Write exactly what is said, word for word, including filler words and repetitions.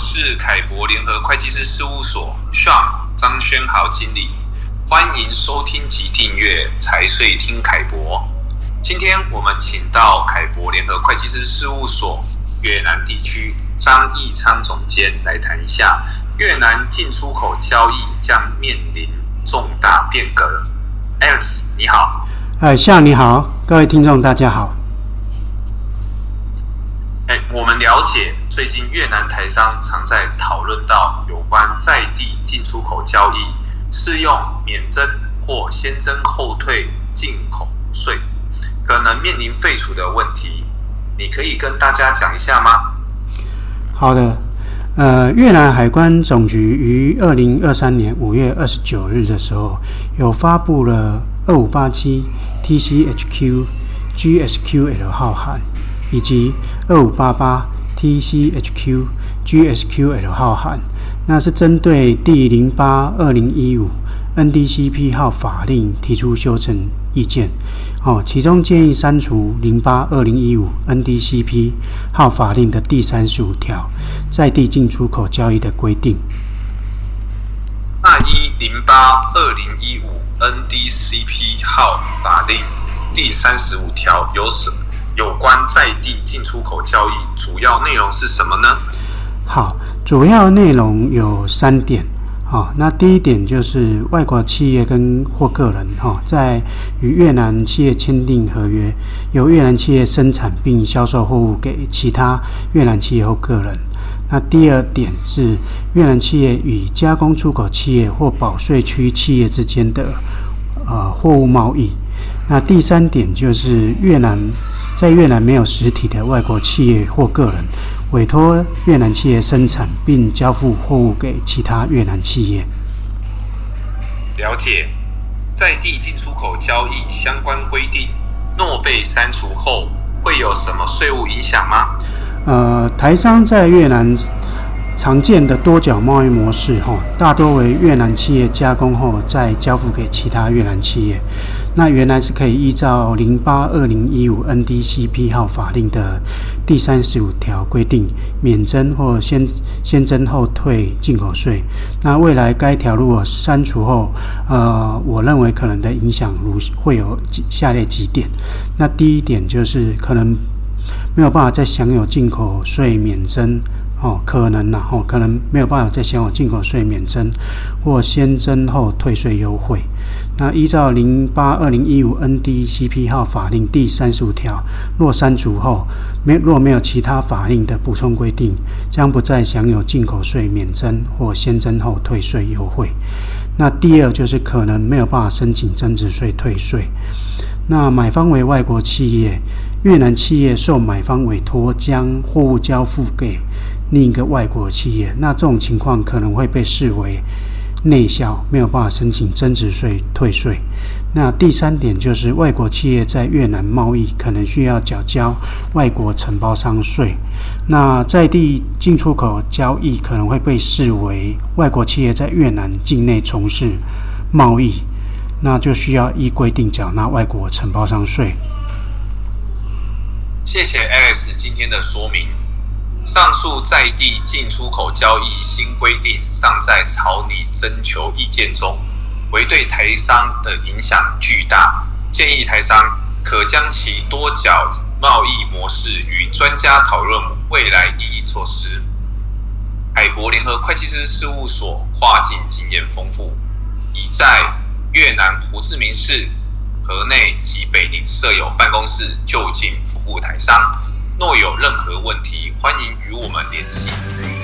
是凯博联合会计师事务所 Sean 张轩豪经理，欢迎收听及订阅财税听凯博。今天我们请到凯博联合会计师事务所越南地区张义昌总监来谈一下越南进出口交易将面临重大变革。Alex 你好。 哎，夏你好，各位听众大家好。 哎，我们了解最近越南台商常在讨论到有关在地进出口交易适用免征或先征后退进口税，可能面临废除的问题，你可以跟大家讲一下吗？ 好的，呃，越南海关总局于二零二三年五月二十九日的时候，有发布了二五八七 T C H Q G S Q L 号函，以及二五八八 T C H Q G S Q L 号函，那是针对第零八二零一五 N D C P 号法令提出修正意见。哦，其中建议删除零八二零一五 N D C P 号法令的第三十五条在地进出口交易的规定。 那依零八二零一五 N D C P 号法令第三十五条有什有关在地进出口交易主要内容是什么呢？ 好，主要内容有三点。好，那第一点就是外国企业跟或个人哈，在与越南企业签订合约，由越南企业生产并销售货物给其他越南企业或个人。那第二点是越南企业与加工出口企业或保税区企业之间的呃货物贸易。那第三点就是越南在越南没有实体的外国企业或个人委托越南企业生产并交付货物给其他越南企业。 了解，在地进出口交易相关规定若被删除后会有什么税务影响吗？ 呃，台商在越南常见的多角贸易模式，大多为越南企业加工后再交付给其他越南企业。那原来是可以依照零八二零一五 N D C P 号法令的第三十五条规定，免征或先先征后退进口税。那未来该条如果删除后，呃，我认为可能的影响如会有下列几点。那第一点就是可能没有办法再享有进口税免征。哦，可能啦、啊，哦，可能没有办法再享有进口税免征或先征后退税优惠。那依照零八二零一五 N D C P 号法令第三十五条，若删除后，没若没有其他法令的补充规定，将不再享有进口税免征或先征后退税优惠。那第二就是可能没有办法申请增值税退税。那买方为外国企业，越南企业受买方委托将货物交付给另一个外国企业，那这种情况可能会被视为内销，没有办法申请增值税退税。那第三点就是外国企业在越南贸易可能需要缴交外国承包商税。那在地进出口交易可能会被视为外国企业在越南境内从事贸易，那就需要依规定缴纳外国承包商税。 谢谢 Alex 今天的说明。上述在地进出口交易新规定尚在草拟征求意见中，为对台商的影响巨大，建议台商可将其多角贸易模式与专家讨论未来异议措施。凯博联合会计师事务所跨境经验丰富，已在越南胡志明市、河内及北宁设有办公室，就近服务台商。若有任何问题，欢迎与我们联系。